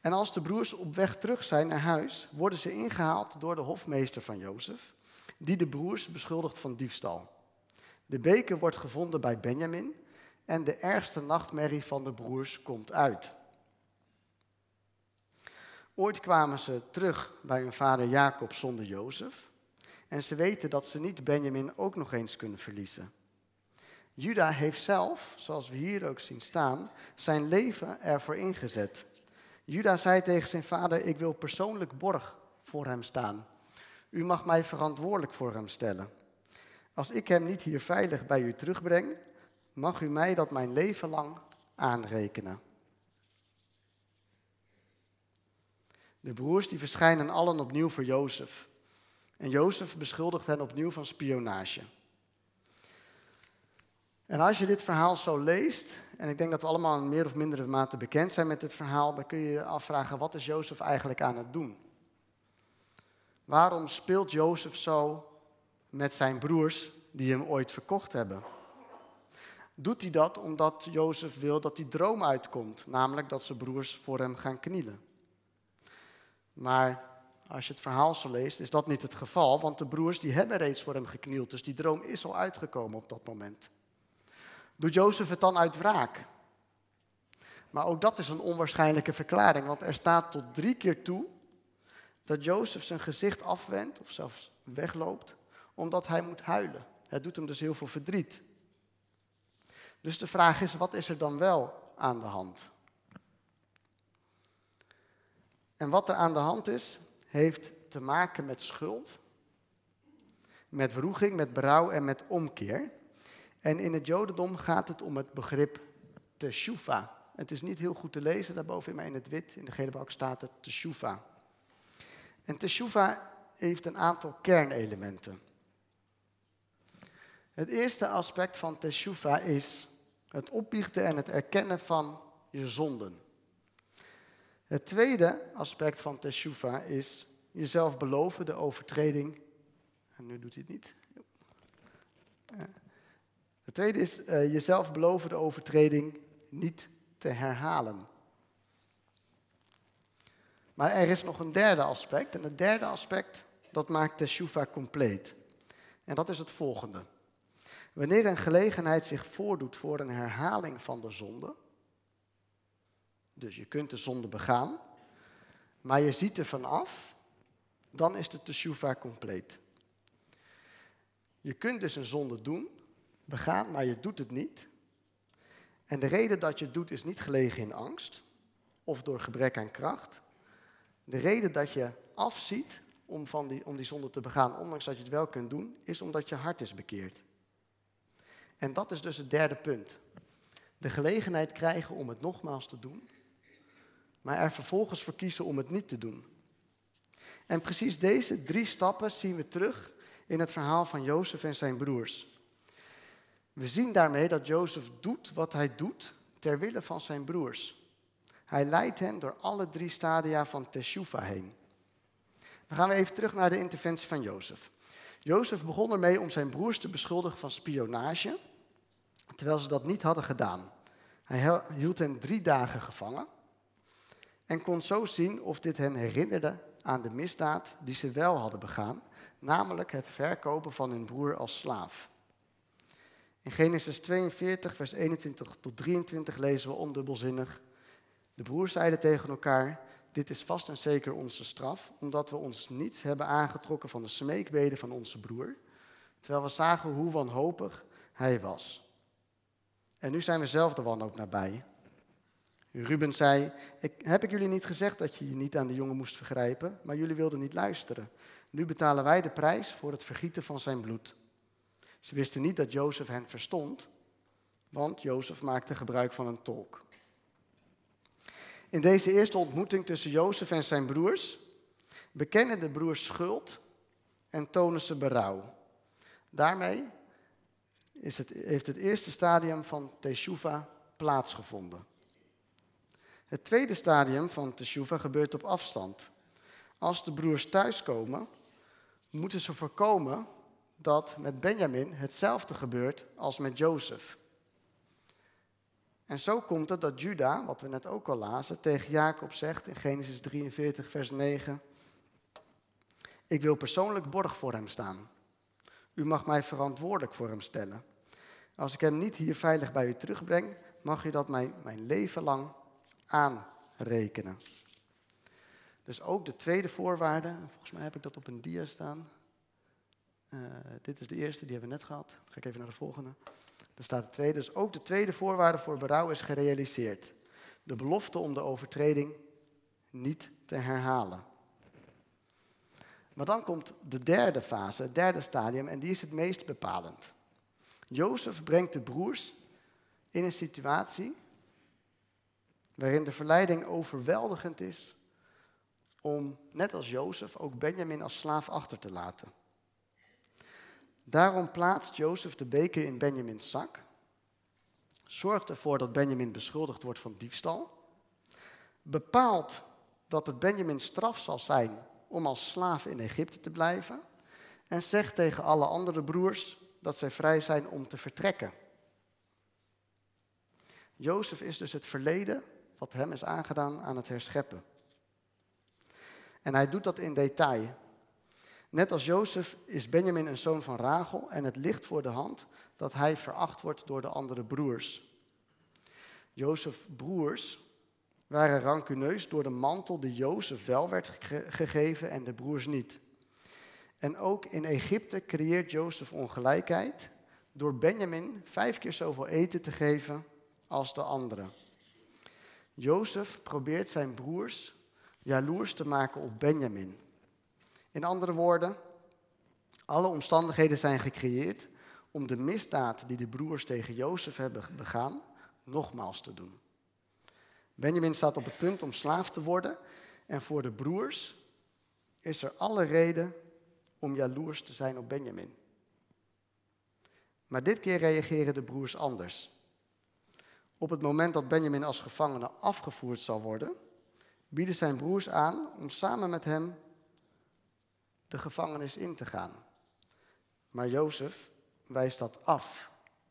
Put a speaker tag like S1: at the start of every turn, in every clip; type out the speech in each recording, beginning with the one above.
S1: En als de broers op weg terug zijn naar huis, worden ze ingehaald door de hofmeester van Jozef, die de broers beschuldigt van diefstal. De beker wordt gevonden bij Benjamin en de ergste nachtmerrie van de broers komt uit. Ooit kwamen ze terug bij hun vader Jacob zonder Jozef en ze weten dat ze niet Benjamin ook nog eens kunnen verliezen. Juda heeft zelf, zoals we hier ook zien staan, zijn leven ervoor ingezet. Juda zei tegen zijn vader, ik wil persoonlijk borg voor hem staan. U mag mij verantwoordelijk voor hem stellen. Als ik hem niet hier veilig bij u terugbreng, mag u mij dat mijn leven lang aanrekenen. De broers die verschijnen allen opnieuw voor Jozef. En Jozef beschuldigt hen opnieuw van spionage. En als je dit verhaal zo leest, en ik denk dat we allemaal in meer of mindere mate bekend zijn met dit verhaal, dan kun je je afvragen, wat is Jozef eigenlijk aan het doen? Waarom speelt Jozef zo met zijn broers die hem ooit verkocht hebben? Doet hij dat omdat Jozef wil dat die droom uitkomt, namelijk dat zijn broers voor hem gaan knielen? Maar als je het verhaal zo leest, is dat niet het geval, want de broers die hebben reeds voor hem geknield, dus die droom is al uitgekomen op dat moment. Doet Jozef het dan uit wraak? Maar ook dat is een onwaarschijnlijke verklaring, want er staat tot 3 keer toe dat Jozef zijn gezicht afwendt of zelfs wegloopt, omdat hij moet huilen. Het doet hem dus heel veel verdriet. Dus de vraag is, wat is er dan wel aan de hand? En wat er aan de hand is, heeft te maken met schuld, met wroeging, met berouw en met omkeer. En in het Jodendom gaat het om het begrip teshuva. Het is niet heel goed te lezen daarboven, maar in het wit, in de gele balk staat het teshuva. En teshuva heeft een aantal kernelementen. Het eerste aspect van teshuva is het opbiechten en het erkennen van je zonden. Het tweede aspect van teshuva is jezelf beloven de overtreding. En nu doet hij het niet. Het tweede is jezelf beloven de overtreding niet te herhalen. Maar er is nog een derde aspect. En het derde aspect, dat maakt teshuva compleet. En dat is het volgende. Wanneer een gelegenheid zich voordoet voor een herhaling van de zonde, dus je kunt de zonde begaan, maar je ziet er vanaf, dan is de teshuva compleet. Je kunt dus een zonde doen, begaan, maar je doet het niet. En de reden dat je het doet is niet gelegen in angst of door gebrek aan kracht. De reden dat je afziet om die zonde te begaan, ondanks dat je het wel kunt doen, is omdat je hart is bekeerd. En dat is dus het derde punt. De gelegenheid krijgen om het nogmaals te doen, maar er vervolgens voor kiezen om het niet te doen. En precies deze 3 stappen zien we terug in het verhaal van Jozef en zijn broers. We zien daarmee dat Jozef doet wat hij doet ter wille van zijn broers. Hij leidt hen door alle 3 stadia van teshuva heen. Dan gaan we even terug naar de interventie van Jozef. Jozef begon ermee om zijn broers te beschuldigen van spionage, terwijl ze dat niet hadden gedaan. Hij hield hen 3 dagen gevangen en kon zo zien of dit hen herinnerde aan de misdaad die ze wel hadden begaan, namelijk het verkopen van hun broer als slaaf. In Genesis 42, vers 21 tot 23 lezen we ondubbelzinnig: de broers zeiden tegen elkaar, dit is vast en zeker onze straf, omdat we ons niets hebben aangetrokken van de smeekbeden van onze broer, terwijl we zagen hoe wanhopig hij was. En nu zijn we zelf de wanhoop nabij. Ruben zei, heb ik jullie niet gezegd dat je je niet aan de jongen moest vergrijpen, maar jullie wilden niet luisteren. Nu betalen wij de prijs voor het vergieten van zijn bloed. Ze wisten niet dat Jozef hen verstond, want Jozef maakte gebruik van een tolk. In deze eerste ontmoeting tussen Jozef en zijn broers bekennen de broers schuld en tonen ze berouw. Daarmee heeft het eerste stadium van teshuva plaatsgevonden. Het tweede stadium van teshuva gebeurt op afstand. Als de broers thuiskomen, moeten ze voorkomen dat met Benjamin hetzelfde gebeurt als met Jozef. En zo komt het dat Juda, wat we net ook al lazen, tegen Jacob zegt in Genesis 43, vers 9... Ik wil persoonlijk borg voor hem staan. U mag mij verantwoordelijk voor hem stellen. Als ik hem niet hier veilig bij u terugbreng, mag u dat mijn leven lang aanrekenen. Dus ook de tweede voorwaarde, volgens mij heb ik dat op een dia staan. Dit is de eerste, die hebben we net gehad. Dan ga ik even naar de volgende. Daar staat de tweede. Dus ook de tweede voorwaarde voor berouw is gerealiseerd. De belofte om de overtreding niet te herhalen. Maar dan komt de derde fase, het derde stadium, en die is het meest bepalend. Jozef brengt de broers in een situatie waarin de verleiding overweldigend is om, net als Jozef, ook Benjamin als slaaf achter te laten. Daarom plaatst Jozef de beker in Benjamins zak, zorgt ervoor dat Benjamin beschuldigd wordt van diefstal, bepaalt dat het Benjamins straf zal zijn om als slaaf in Egypte te blijven en zegt tegen alle andere broers dat zij vrij zijn om te vertrekken. Jozef is dus het verleden wat hem is aangedaan aan het herscheppen. En hij doet dat in detail. Net als Jozef is Benjamin een zoon van Rachel en het ligt voor de hand dat hij veracht wordt door de andere broers. Jozefs broers waren rancuneus door de mantel die Jozef wel werd gegeven en de broers niet. En ook in Egypte creëert Jozef ongelijkheid door Benjamin 5 keer zoveel eten te geven als de anderen. Jozef probeert zijn broers jaloers te maken op Benjamin. In andere woorden, alle omstandigheden zijn gecreëerd om de misdaad die de broers tegen Jozef hebben begaan, nogmaals te doen. Benjamin staat op het punt om slaaf te worden en voor de broers is er alle reden om jaloers te zijn op Benjamin. Maar dit keer reageren de broers anders. Op het moment dat Benjamin als gevangene afgevoerd zal worden, bieden zijn broers aan om samen met hem de gevangenis in te gaan. Maar Jozef wijst dat af.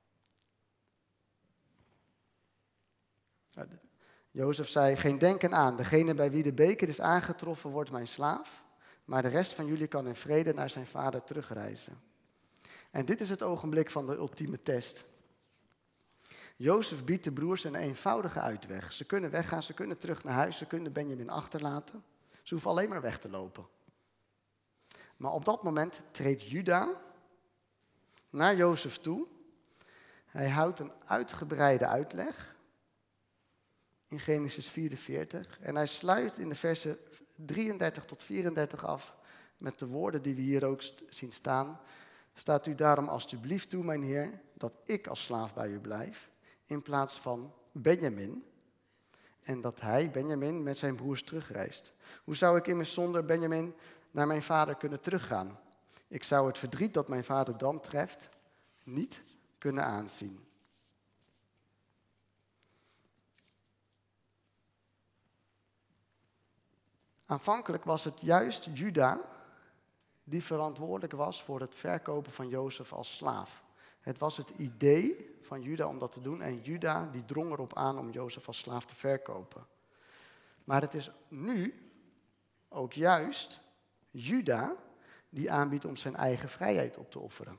S1: Jozef zei, geen denken aan, degene bij wie de beker is aangetroffen wordt mijn slaaf, maar de rest van jullie kan in vrede naar zijn vader terugreizen. En dit is het ogenblik van de ultieme test. Jozef biedt de broers een eenvoudige uitweg. Ze kunnen weggaan, ze kunnen terug naar huis, ze kunnen Benjamin achterlaten. Ze hoeven alleen maar weg te lopen. Maar op dat moment treedt Juda naar Jozef toe. Hij houdt een uitgebreide uitleg in Genesis 44. En hij sluit in de versen 33 tot 34 af met de woorden die we hier ook zien staan. Staat u daarom alstublieft toe, mijn heer, dat ik als slaaf bij u blijf, in plaats van Benjamin. En dat hij, Benjamin, met zijn broers terugreist. Hoe zou ik immers zonder Benjamin naar mijn vader kunnen teruggaan? Ik zou het verdriet dat mijn vader dan treft niet kunnen aanzien. Aanvankelijk was het juist Juda die verantwoordelijk was voor het verkopen van Jozef als slaaf. Het was het idee van Juda om dat te doen en Juda die drong erop aan om Jozef als slaaf te verkopen. Maar het is nu ook juist Juda die aanbiedt om zijn eigen vrijheid op te offeren.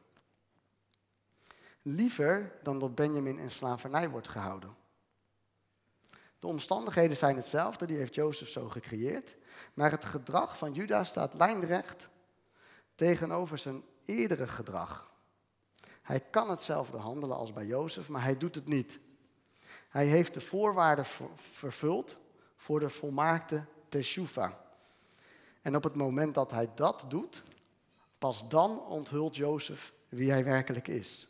S1: Liever dan dat Benjamin in slavernij wordt gehouden. De omstandigheden zijn hetzelfde, die heeft Jozef zo gecreëerd. Maar het gedrag van Juda staat lijnrecht tegenover zijn eerdere gedrag. Hij kan hetzelfde handelen als bij Jozef, maar hij doet het niet. Hij heeft de voorwaarden vervuld voor de volmaakte teshuva. En op het moment dat hij dat doet, pas dan onthult Jozef wie hij werkelijk is.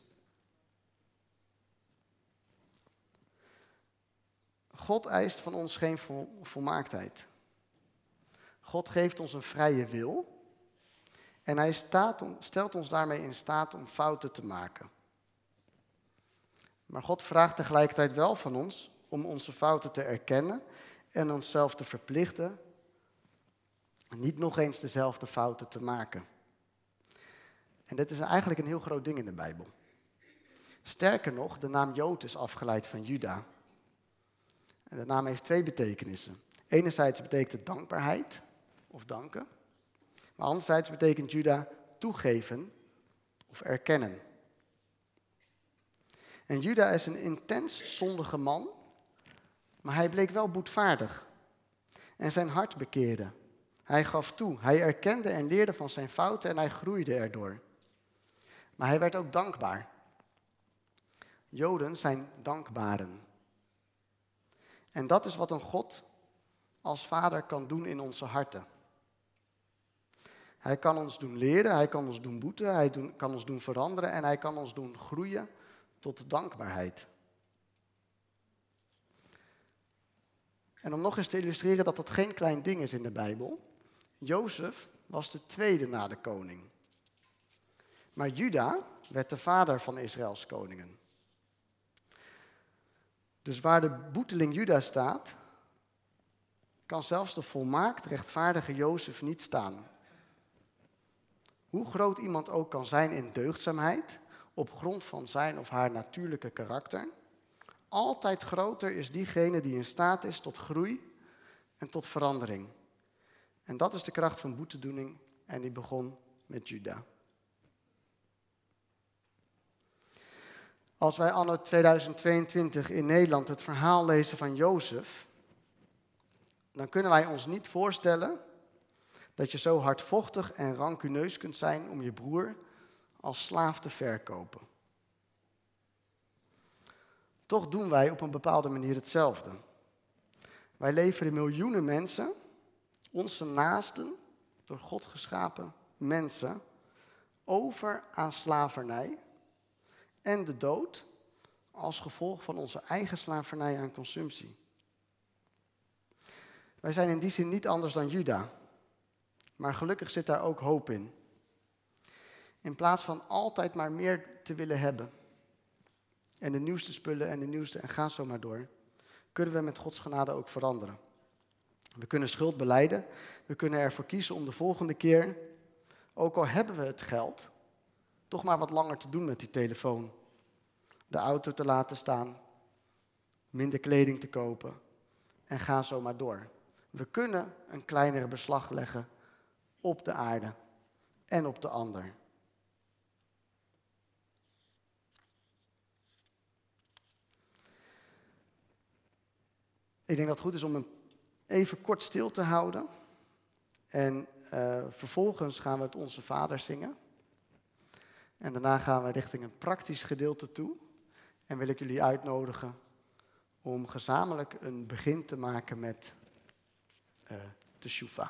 S1: God eist van ons geen volmaaktheid. God geeft ons een vrije wil. En hij stelt ons daarmee in staat om fouten te maken. Maar God vraagt tegelijkertijd wel van ons om onze fouten te erkennen en onszelf te verplichten niet nog eens dezelfde fouten te maken. En dit is eigenlijk een heel groot ding in de Bijbel. Sterker nog, de naam Jood is afgeleid van Juda. En de naam heeft twee betekenissen. Enerzijds betekent het dankbaarheid of danken. Maar anderzijds betekent Juda toegeven of erkennen. En Juda is een intens zondige man, maar hij bleek wel boetvaardig. En zijn hart bekeerde. Hij gaf toe, hij erkende en leerde van zijn fouten en hij groeide erdoor. Maar hij werd ook dankbaar. Joden zijn dankbaren. En dat is wat een God als vader kan doen in onze harten. Hij kan ons doen leren, hij kan ons doen boeten, hij kan ons doen veranderen en hij kan ons doen groeien tot dankbaarheid. En om nog eens te illustreren dat dat geen klein ding is in de Bijbel. Jozef was de tweede na de koning. Maar Juda werd de vader van Israëls koningen. Dus waar de boeteling Juda staat, kan zelfs de volmaakt rechtvaardige Jozef niet staan. Hoe groot iemand ook kan zijn in deugdzaamheid, op grond van zijn of haar natuurlijke karakter, altijd groter is diegene die in staat is tot groei en tot verandering. En dat is de kracht van boetedoening en die begon met Juda. Als wij anno 2022 in Nederland het verhaal lezen van Jozef, dan kunnen wij ons niet voorstellen dat je zo hardvochtig en rancuneus kunt zijn om je broer als slaaf te verkopen. Toch doen wij op een bepaalde manier hetzelfde. Wij leveren miljoenen mensen, onze naasten, door God geschapen mensen, over aan slavernij en de dood als gevolg van onze eigen slavernij aan consumptie. Wij zijn in die zin niet anders dan Juda, maar gelukkig zit daar ook hoop in. In plaats van altijd maar meer te willen hebben en de nieuwste spullen en de nieuwste en ga zo maar door, kunnen we met Gods genade ook veranderen. We kunnen schuld belijden, we kunnen ervoor kiezen om de volgende keer, ook al hebben we het geld, toch maar wat langer te doen met die telefoon. De auto te laten staan, minder kleding te kopen en ga zo maar door. We kunnen een kleinere beslag leggen op de aarde en op de ander. Ik denk dat het goed is om hem even kort stil te houden. En vervolgens gaan we het Onze Vader zingen. En daarna gaan we richting een praktisch gedeelte toe. En wil ik jullie uitnodigen om gezamenlijk een begin te maken met teshuva.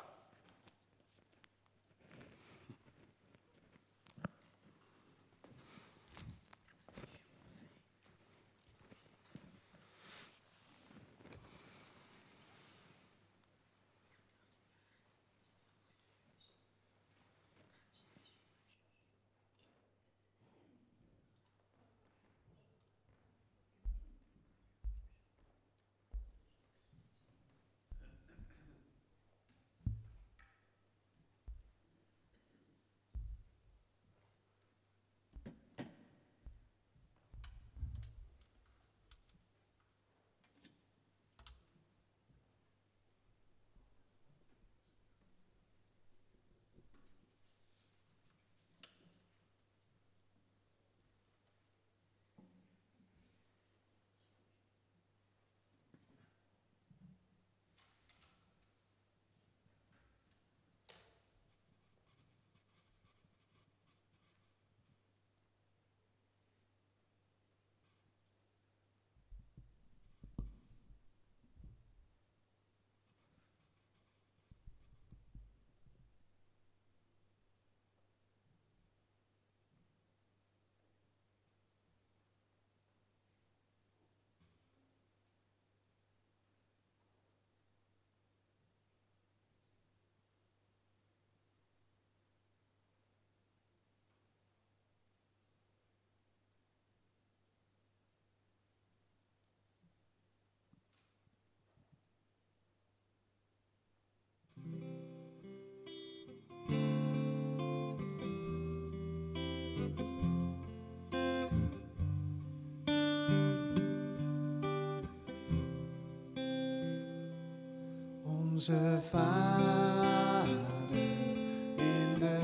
S2: Onze Vader in de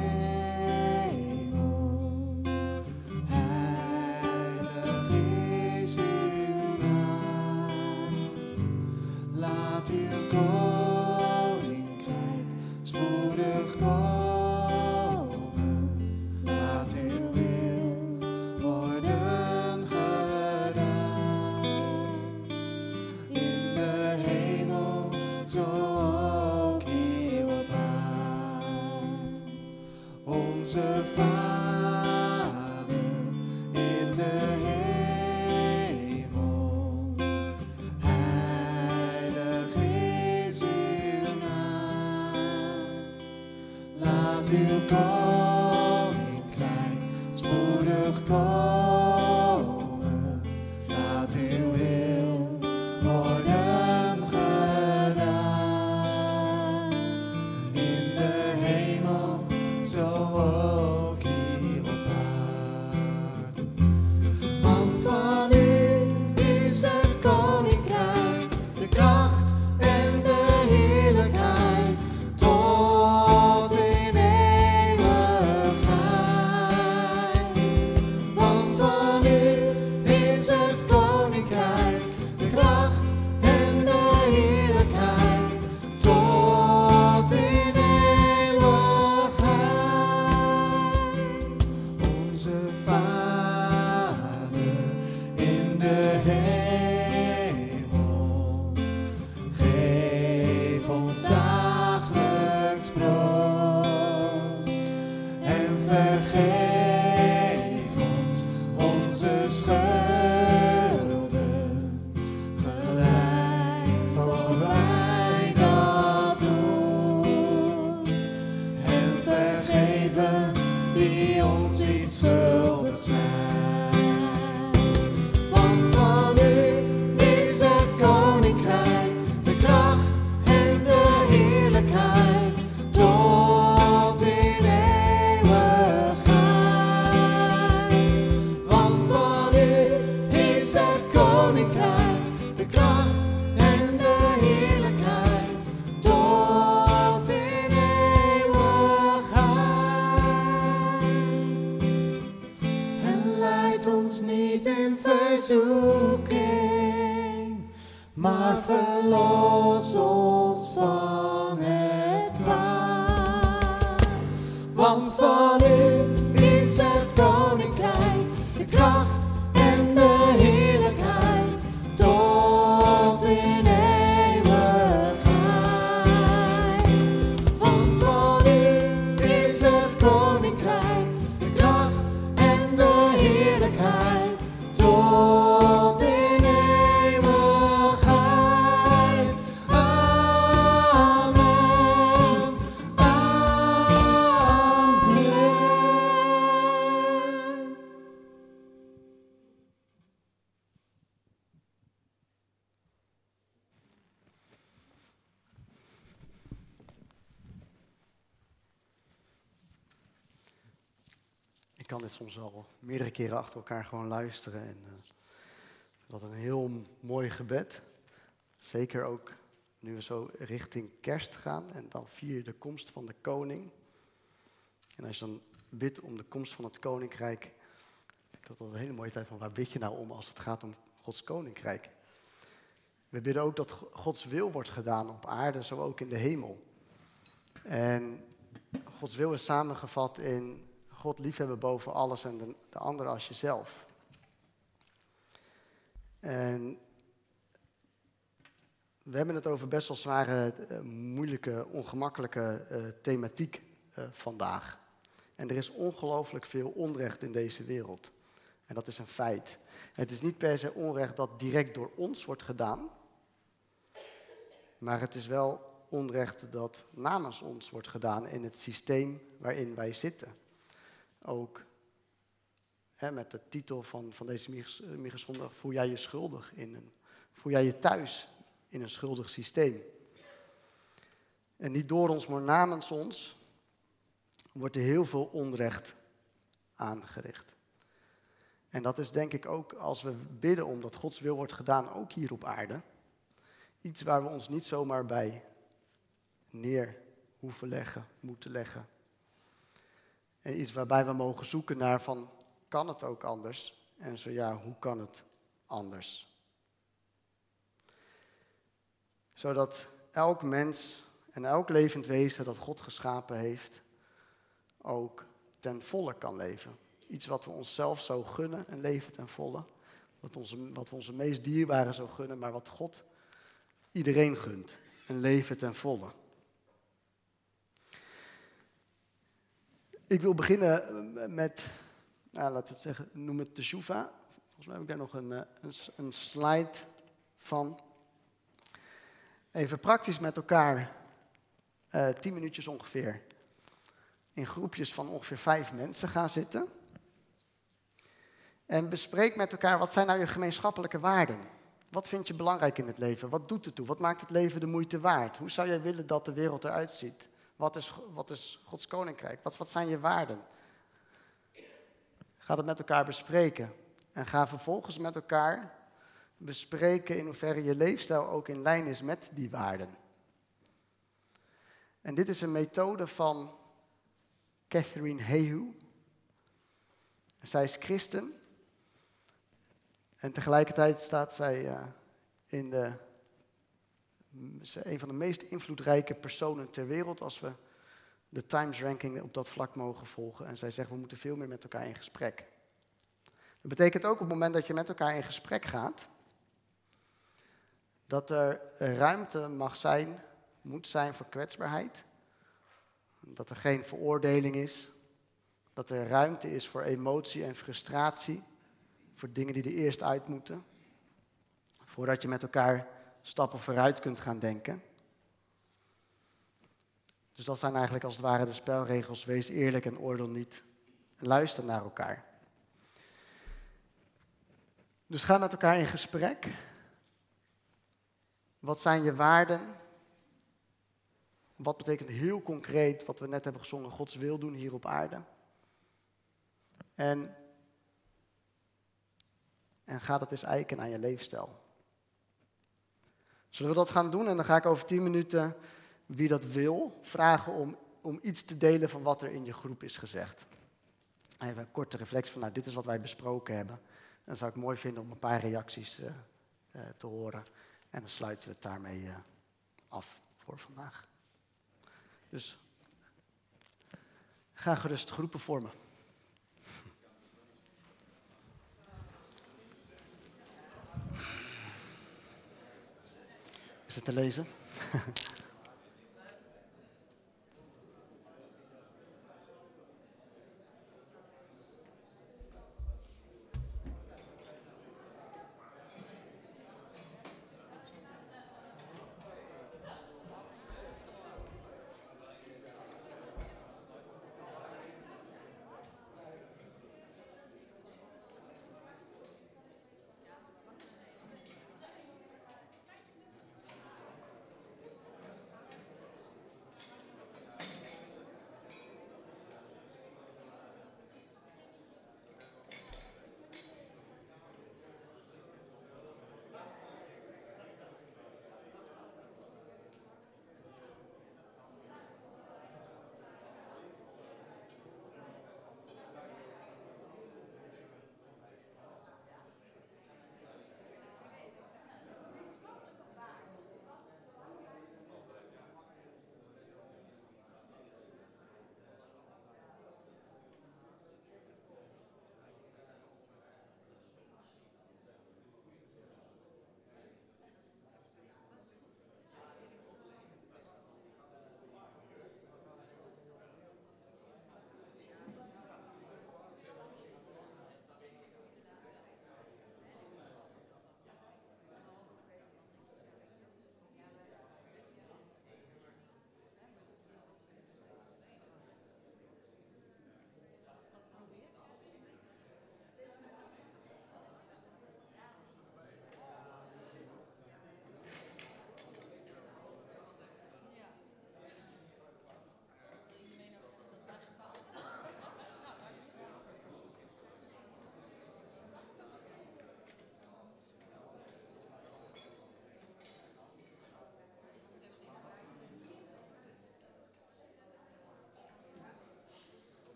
S2: hemel, heilig is uw naam. Laat uw koninkrijk spoedig komen. Laat uw wil worden gedaan. In de hemel, zo ook hier op aarde. Onze Vader in de hemel, heilig is uw naam. Laat uw koninkrijk spoedig komen. Laat uw wil worden gedaan. In de hemel, zo ook hier op aarde. Want van u is het koninkrijk, de kracht en de heerlijkheid tot in eeuwigheid. Want van u is het koninkrijk, de kracht en de heerlijkheid tot in eeuwigheid. Onze Vader in de hemel, geef ons dagelijks brood en vergeef ons onze schulden, gelijk ook wij dat doen. En vergeven die ons iets schuldig zijn. Want van u is het koninkrijk, de kracht en de heerlijkheid tot in eeuwigheid. Want van u is het koninkrijk, de kracht en de heerlijkheid tot in eeuwigheid. En leid ons niet in verzoeking, maar verlos ons van het kwaad. Want van u is het koninkrijk, de kracht en de heerlijkheid tot in eeuwigheid. Want van u is het koninkrijk, de kracht en de heerlijkheid tot in eeuwigheid. Amen. Amen.
S1: Ik kan dit soms al meerdere keren achter elkaar gewoon luisteren. En dat is een heel mooi gebed. Zeker ook nu we zo richting kerst gaan. En dan vier je de komst van de koning. En als je dan bidt om de komst van het koninkrijk. Dat is een hele mooie tijd van waar bid je nou om als het gaat om Gods koninkrijk. We bidden ook dat Gods wil wordt gedaan op aarde, zo ook in de hemel. En Gods wil is samengevat in God liefhebben boven alles en de ander als jezelf. En we hebben het over best wel zware, moeilijke, ongemakkelijke thematiek vandaag. En er is ongelooflijk veel onrecht in deze wereld. En dat is een feit. Het is niet per se onrecht dat direct door ons wordt gedaan. Maar het is wel onrecht dat namens ons wordt gedaan in het systeem waarin wij zitten. Ook met de titel van deze Michielszondag, voel jij je schuldig voel jij je thuis in een schuldig systeem. En niet door ons, maar namens ons wordt er heel veel onrecht aangericht. En dat is denk ik ook als we bidden omdat Gods wil wordt gedaan, ook hier op aarde. Iets waar we ons niet zomaar bij neer hoeven leggen, moeten leggen. En iets waarbij we mogen zoeken naar van, kan het ook anders? En zo ja, hoe kan het anders? Zodat elk mens en elk levend wezen dat God geschapen heeft, ook ten volle kan leven. Iets wat we onszelf zo gunnen, een leven ten volle. Wat we onze meest dierbaren zo gunnen, maar wat God iedereen gunt. Een leven ten volle. Ik wil beginnen met, laten we het zeggen, noem het teshuva. Volgens mij heb ik daar nog een slide van. Even praktisch met elkaar, 10 minuutjes ongeveer, in groepjes van ongeveer 5 mensen gaan zitten. En bespreek met elkaar, wat zijn nou je gemeenschappelijke waarden? Wat vind je belangrijk in het leven? Wat doet het toe? Wat maakt het leven de moeite waard? Hoe zou jij willen dat de wereld eruit ziet? Wat is Gods koninkrijk? Wat zijn je waarden? Ga dat met elkaar bespreken. En ga vervolgens met elkaar bespreken in hoeverre je leefstijl ook in lijn is met die waarden. En dit is een methode van Catherine Hayhoe. Zij is christen. En tegelijkertijd staat zij een van de meest invloedrijke personen ter wereld als we de Times ranking op dat vlak mogen volgen. En zij zegt, we moeten veel meer met elkaar in gesprek. Dat betekent ook op het moment dat je met elkaar in gesprek gaat, dat er ruimte moet zijn voor kwetsbaarheid. Dat er geen veroordeling is. Dat er ruimte is voor emotie en frustratie. Voor dingen die er eerst uit moeten. Voordat je met elkaar stappen vooruit kunt gaan denken. Dus dat zijn eigenlijk als het ware de spelregels. Wees eerlijk en oordeel niet. En luister naar elkaar. Dus ga met elkaar in gesprek. Wat zijn je waarden? Wat betekent heel concreet wat we net hebben gezongen, Gods wil doen hier op aarde? En ga dat eens eiken aan je leefstijl. Zullen we dat gaan doen? En dan ga ik over 10 minuten, wie dat wil, vragen om iets te delen van wat er in je groep is gezegd. Even een korte reflectie van, dit is wat wij besproken hebben. Dan zou ik mooi vinden om een paar reacties te horen. En dan sluiten we het daarmee af voor vandaag. Dus ga gerust groepen vormen. Is het te lezen?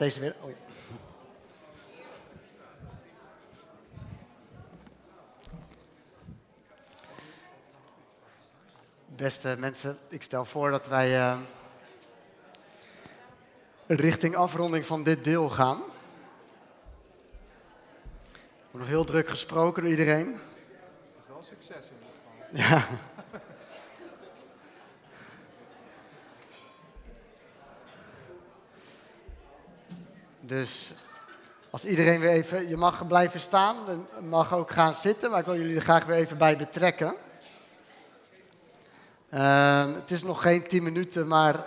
S1: deze weer... Oh ja. Beste mensen, ik stel voor dat wij richting afronding van dit deel gaan. Er wordt nog heel druk gesproken door iedereen.
S3: Dat is wel een succes in ieder geval.
S1: Ja. Dus als iedereen weer even... Je mag blijven staan, je mag ook gaan zitten, maar ik wil jullie er graag weer even bij betrekken. Het is nog geen 10 minuten, maar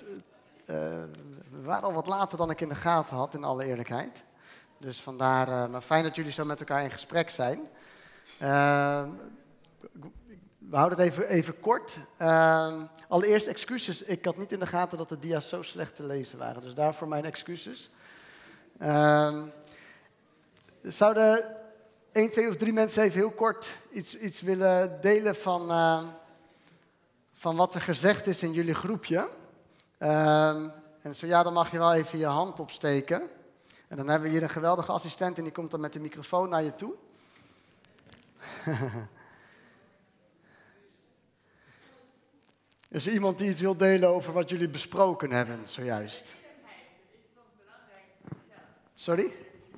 S1: we waren al wat later dan ik in de gaten had, in alle eerlijkheid. Dus vandaar, maar fijn dat jullie zo met elkaar in gesprek zijn. We houden het even kort. Allereerst excuses, ik had niet in de gaten dat de dia's zo slecht te lezen waren. Dus daarvoor mijn excuses. Zouden 1, 2 of 3 mensen even heel kort iets willen delen van wat er gezegd is in jullie groepje? En zo ja, dan mag je wel even je hand opsteken. En dan hebben we hier een geweldige assistent en die komt dan met de microfoon naar je toe. Is er iemand die iets wil delen over wat jullie besproken hebben zojuist? Sorry?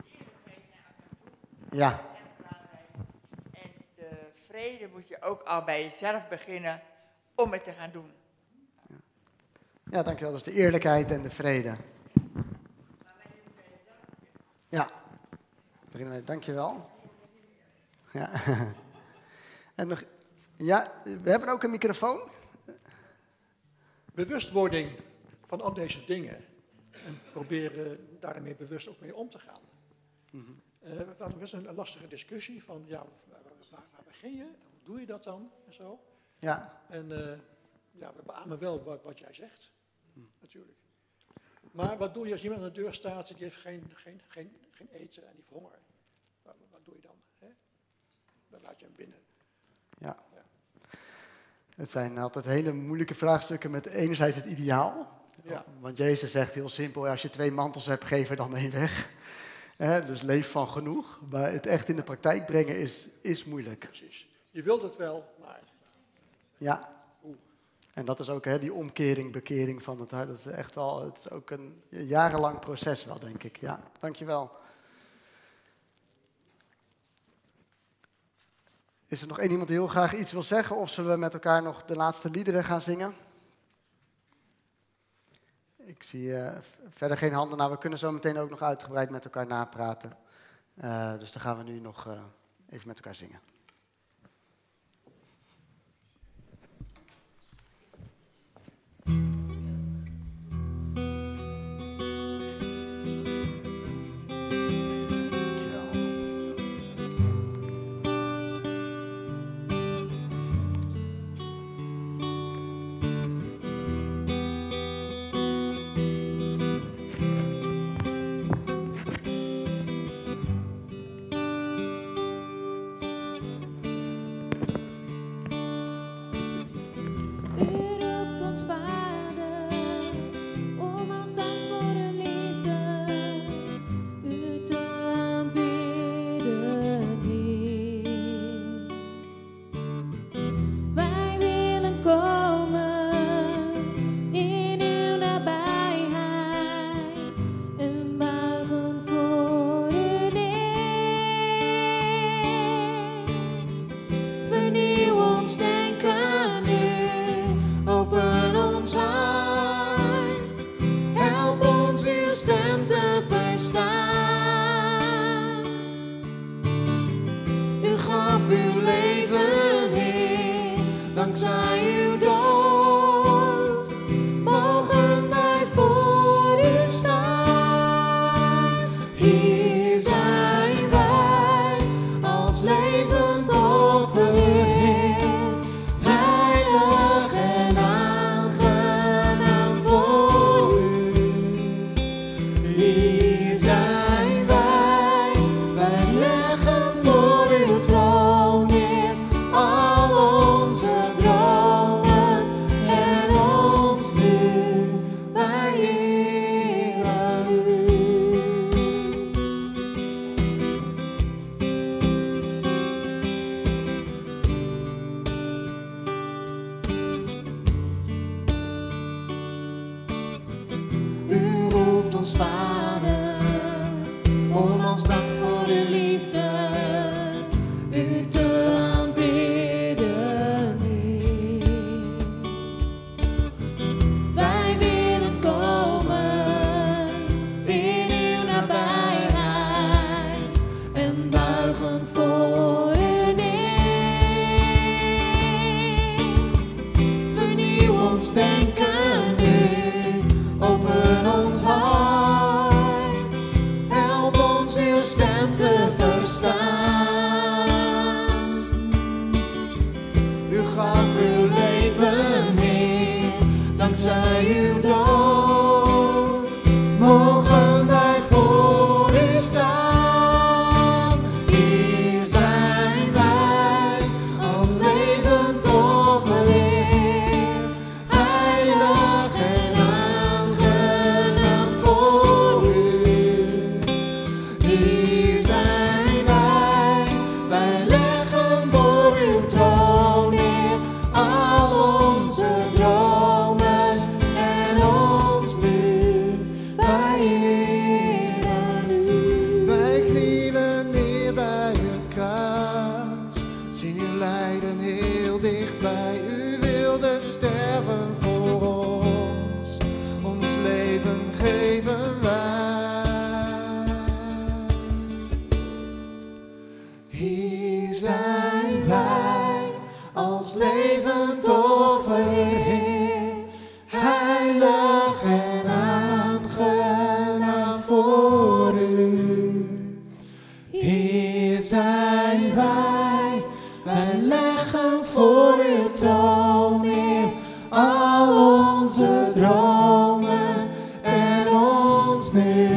S1: Ja.
S4: En de vrede moet je ook al bij jezelf beginnen om het te gaan doen.
S1: Ja, dankjewel. Dat is de eerlijkheid en de vrede. Ja. Beginnen wij. Dankjewel. Ja. En nog... Ja, we hebben ook een microfoon.
S5: Bewustwording van al deze dingen. En proberen daarmee bewust ook mee om te gaan. We hadden best een lastige discussie van, ja, waar begin je? Hoe doe je dat dan? En zo.
S1: Ja.
S5: En ja, we beamen wel wat jij zegt. Natuurlijk. Maar wat doe je als iemand aan de deur staat, die heeft geen eten en die heeft honger? Wat doe je dan? Hè? Dan laat je hem binnen.
S1: Ja. Het zijn altijd hele moeilijke vraagstukken met enerzijds het ideaal.
S5: Ja.
S1: Want Jezus zegt heel simpel, als je 2 mantels hebt, geef er dan 1 weg. Dus leef van genoeg. Maar het echt in de praktijk brengen is moeilijk.
S5: Precies. Je wilt het wel, maar...
S1: Ja. En dat is ook die omkering, bekering van het hart. Dat is echt wel, het is ook een jarenlang proces wel, denk ik. Ja, dankjewel. Is er nog één iemand die heel graag iets wil zeggen? Of zullen we met elkaar nog de laatste liederen gaan zingen? Ik zie verder geen handen. Nou, we kunnen zo meteen ook nog uitgebreid met elkaar napraten. Dus dan gaan we nu nog even met elkaar zingen.
S2: ons Vader, om als dank voor uw liefde u te aanbidden, Heer. Wij willen komen in uw nabijheid en buigen voor u neer. Vernieuw ons denken nu, open ons hart, help ons uw stem te verstaan. U gaf uw leven, Heer, dankzij uw dood mogen wij voor u staan. Hier zijn wij als levend offer, heilig en aangenaam voor u. Hier zijn wij leggen voor uw troon neer al onze dromen en ons nu, wij eren u. Wij knielen neer bij het kruis, zien uw lijden heel dichtbij. U wilde sterven voor ons leven geven wij. Hier zijn wij als levend offer, Heer, heilig en aangenaam voor u. Hier zijn wij leggen voor uw troon neer al onze dromen en ons nu.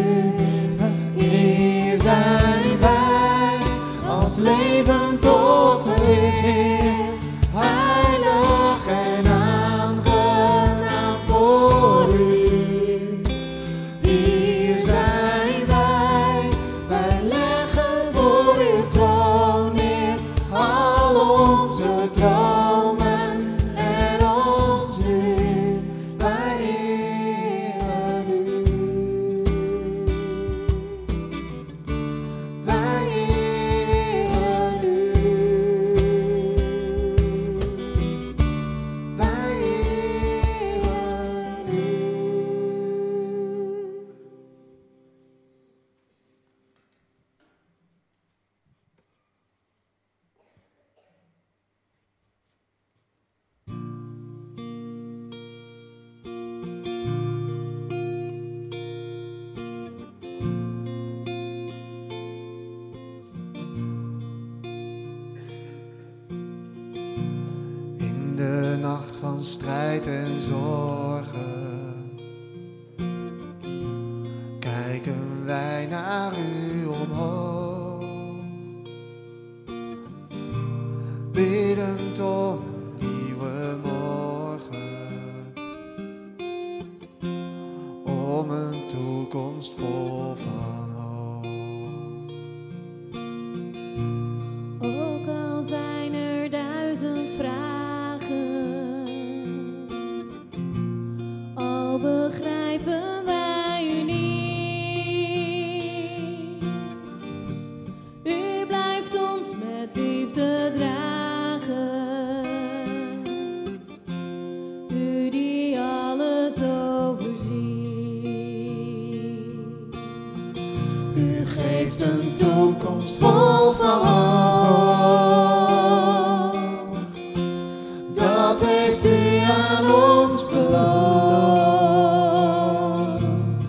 S2: Hier zijn wij als levend offer, Heer, heilig en aangenaam voor u. Hier zijn wij leggen voor uw troon neer al onze dromen en ons nu, wij eren u. Wij eren u. Wij eren u. In de nacht van strijd en zorgen kijken wij naar u omhoog, biddend om een nieuwe morgen, om een toekomst vol van hoop.
S6: Ook al zijn er 1000 vragen, al begrijpen wij u niet. U blijft ons met liefde dragen, u die alles overziet.
S2: U geeft een toekomst vol van hoop. Dat heeft u aan ons beloofd.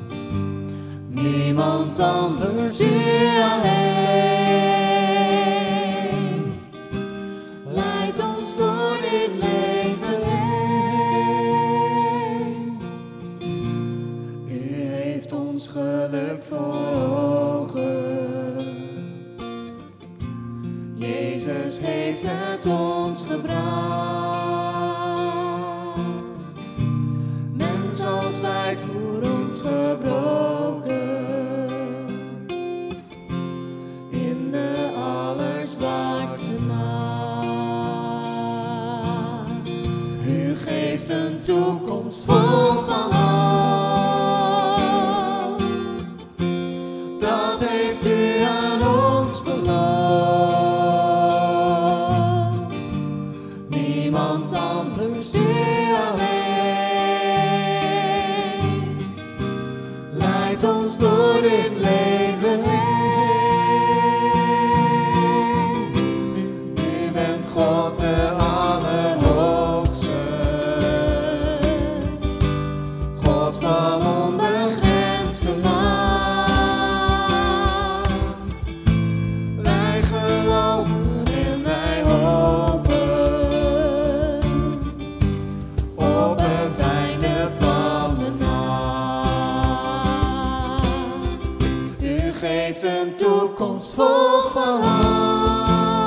S2: Niemand anders, u alleen. Leidt ons door dit leven heen. U heeft ons geluk voor ogen. Jezus heeft het ons gebracht. Mens als wij voor ons gebroken. In de allerzwartste nacht. U geeft een toekomst vol van hoop. Leid ons door dit leven heen. U bent God de Allerhoogste, God van onbegrensde macht. Wij geloven en wij hopen op het einde van de nacht. U geeft een toekomst vol van hoop.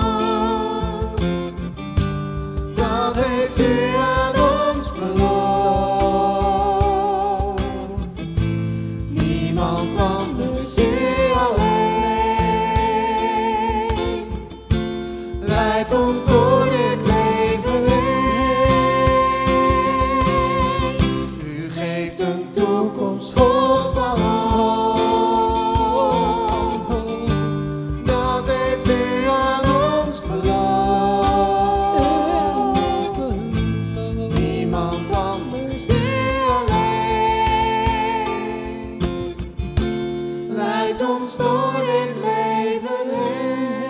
S2: Dat heeft u aan ons beloofd. Niemand anders, u alleen. Leidt ons door dit leven heen. U geeft een toekomst vol van hoop. Dat heeft u aan ons beloofd. Niemand anders, u alleen. Leidt ons door dit leven heen.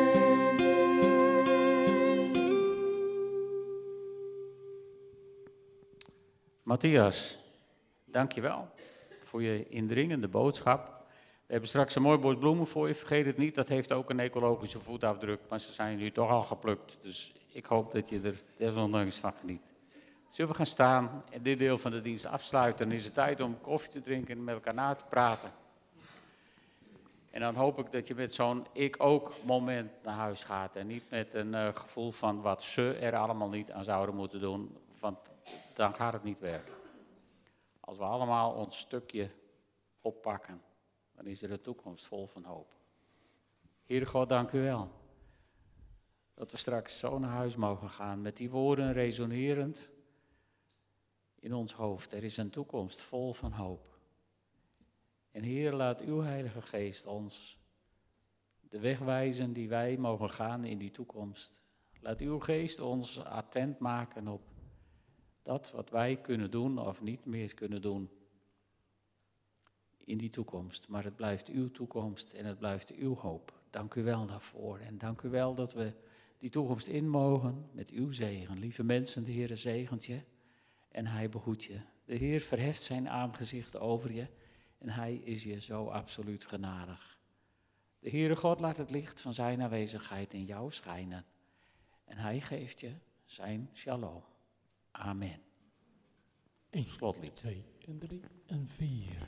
S7: Matthias, dankjewel voor je indringende boodschap. We hebben straks een mooi bos bloemen voor je, vergeet het niet. Dat heeft ook een ecologische voetafdruk, maar ze zijn nu toch al geplukt. Dus ik hoop dat je er desondanks van geniet. Zullen we gaan staan en dit deel van de dienst afsluiten? Dan is het tijd om koffie te drinken en met elkaar na te praten. En dan hoop ik dat je met zo'n ik-ook moment naar huis gaat. En niet met een gevoel van wat ze er allemaal niet aan zouden moeten doen. Want dan gaat het niet werken. Als we allemaal ons stukje oppakken, dan is er een toekomst vol van hoop. Heere God, dank u wel. Dat we straks zo naar huis mogen gaan met die woorden resonerend in ons hoofd. Er is een toekomst vol van hoop. En Heer, laat uw Heilige Geest ons de weg wijzen die wij mogen gaan in die toekomst. Laat uw Geest ons attent maken op dat wat wij kunnen doen of niet meer kunnen doen in die toekomst. Maar het blijft uw toekomst en het blijft uw hoop. Dank u wel daarvoor en dank u wel dat we die toekomst in mogen met uw zegen. Lieve mensen, de Heer zegent je en hij behoedt je. De Heer verheft zijn aangezicht over je en hij is je zo absoluut genadig. De Heere God laat het licht van zijn aanwezigheid in jou schijnen en hij geeft je zijn shalom. Amen.
S8: 1,
S7: Slotlied.
S8: 2 en 3 en 4.